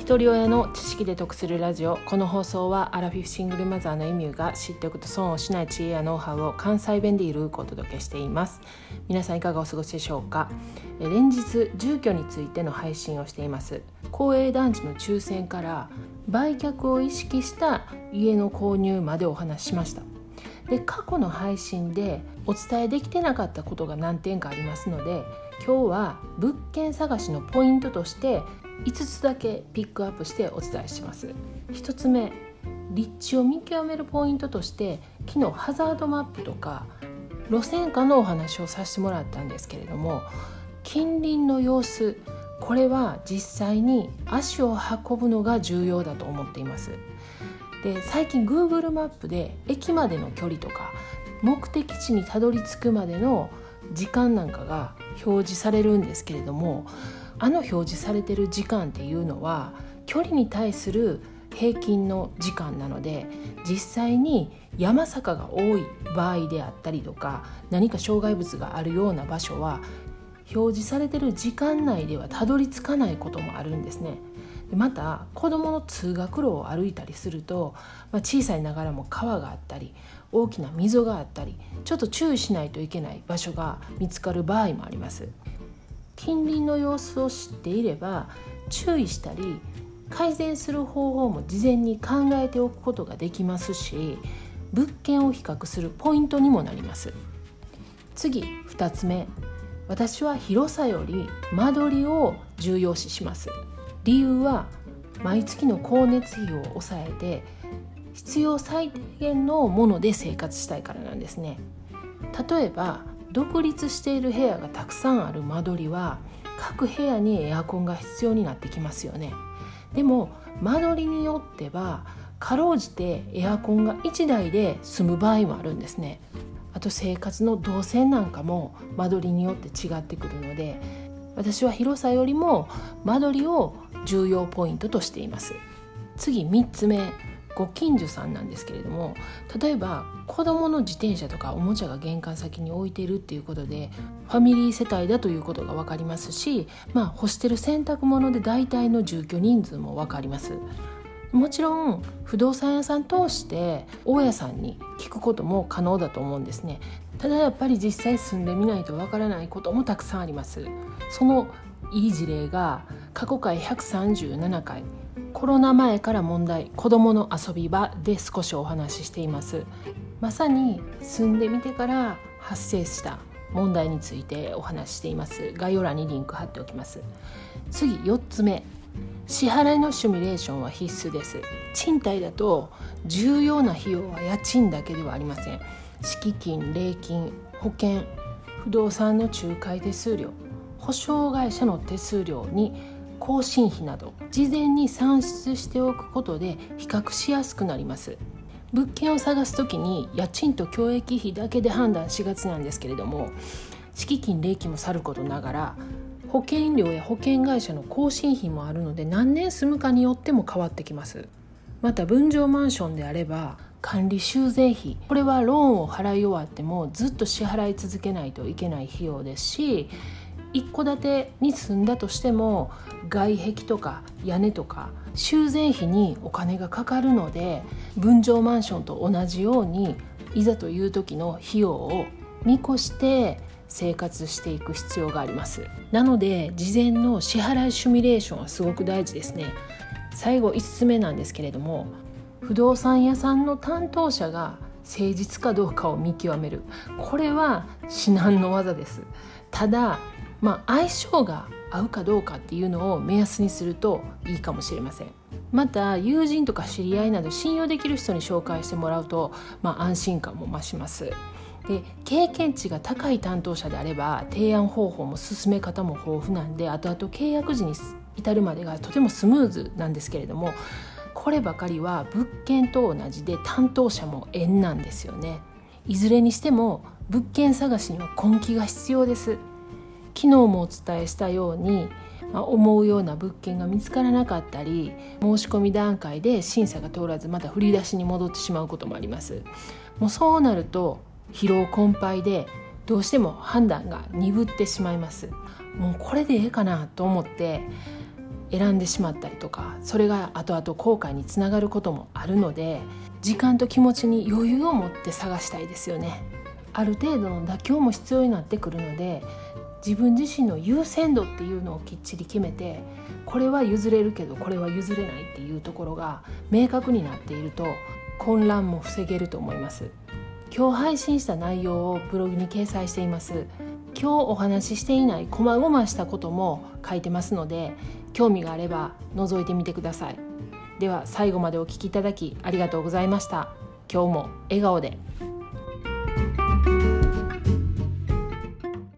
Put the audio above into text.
一人親の知識で得するラジオ。この放送はアラフィフシングルマザーのエミューが知っておくと損をしない知恵やノウハウを関西弁でゆるくお届けしています。皆さんいかがお過ごしでしょうか。連日住居についての配信をしています。公営団地の抽選から売却を意識した家の購入までお話ししました。で、過去の配信でお伝えできてなかったことが何点かありますので、今日は物件探しのポイントとして5つだけピックアップしてお伝えします。1つ目、立地を見極めるポイントとして昨日ハザードマップとか路線価のお話をさせてもらったんですけれども、近隣の様子、これは実際に足を運ぶのが重要だと思っています。で、最近 Google マップで駅までの距離とか目的地にたどり着くまでの時間なんかが表示されるんですけれども、表示されてる時間っていうのは距離に対する平均の時間なので、実際に山坂が多い場合であったりとか、何か障害物があるような場所は表示されてる時間内ではたどり着かないこともあるんですね。また子どもの通学路を歩いたりすると、小さいながらも川があったり大きな溝があったり、ちょっと注意しないといけない場所が見つかる場合もあります。近隣の様子を知っていれば注意したり改善する方法も事前に考えておくことができますし、物件を比較するポイントにもなります。次、2つ目、私は広さより間取りを重要視します。理由は毎月の光熱費を抑えて必要最低限のもので生活したいからなんですね。例えば独立している部屋がたくさんある間取りは各部屋にエアコンが必要になってきますよね。でも間取りによってはかろうじてエアコンが1台で済む場合もあるんですね。あと生活の動線なんかも間取りによって違ってくるので、私は広さよりも間取りを重要ポイントとしています。次、3つ目、ご近所さんなんですけれども、例えば子どもの自転車とかおもちゃが玄関先に置いているっていうことでファミリー世帯だということが分かりますし、干してる洗濯物で大体の住居人数も分かります。もちろん不動産屋さん通して大家さんに聞くことも可能だと思うんですね。ただやっぱり実際住んでみないと分からないこともたくさんあります。そのいい事例が過去回137回コロナ前から問題、子どもの遊び場で少しお話ししています。まさに住んでみてから発生した問題についてお話ししています。概要欄にリンク貼っておきます。次、4つ目、支払いのシミュレーションは必須です。賃貸だと重要な費用は家賃だけではありません。敷金、礼金、保険、不動産の仲介手数料、保証会社の手数料に更新費など事前に算出しておくことで比較しやすくなります。物件を探すときに家賃と教育費だけで判断しがちなんですけれども、敷金、礼金もさることながら保険料や保険会社の更新費もあるので、何年住むかによっても変わってきます。また分譲マンションであれば管理修繕費、これはローンを払い終わってもずっと支払い続けないといけない費用ですし、一戸建てに住んだとしても外壁とか屋根とか修繕費にお金がかかるので、分譲マンションと同じようにいざという時の費用を見越して生活していく必要があります。なので事前の支払いシミュレーションはすごく大事ですね。最後、5つ目なんですけれども、不動産屋さんの担当者が誠実かどうかを見極める、これは至難の業です。ただ相性が合うかどうかっていうのを目安にするといいかもしれません。また友人とか知り合いなど信用できる人に紹介してもらうと、安心感も増します。で、経験値が高い担当者であれば提案方法も進め方も豊富なんで、後々契約時に至るまでがとてもスムーズなんですけれども、こればかりは物件と同じで担当者も縁なんですよね。いずれにしても物件探しには根気が必要です。昨日もお伝えしたように、思うような物件が見つからなかったり、申し込み段階で審査が通らずまた振り出しに戻ってしまうこともあります。もうそうなると疲労困憊でどうしても判断が鈍ってしまいます。もうこれでええかなと思って選んでしまったりとか、それが後々後悔につながることもあるので、時間と気持ちに余裕を持って探したいですよね。ある程度の妥協も必要になってくるので、自分自身の優先度っていうのをきっちり決めて、これは譲れるけどこれは譲れないっていうところが明確になっていると混乱も防げると思います。今日配信した内容をブログに掲載しています。今日お話ししていない細々したことも書いてますので、興味があれば覗いてみてください。では最後までお聞きいただきありがとうございました。今日も笑顔で。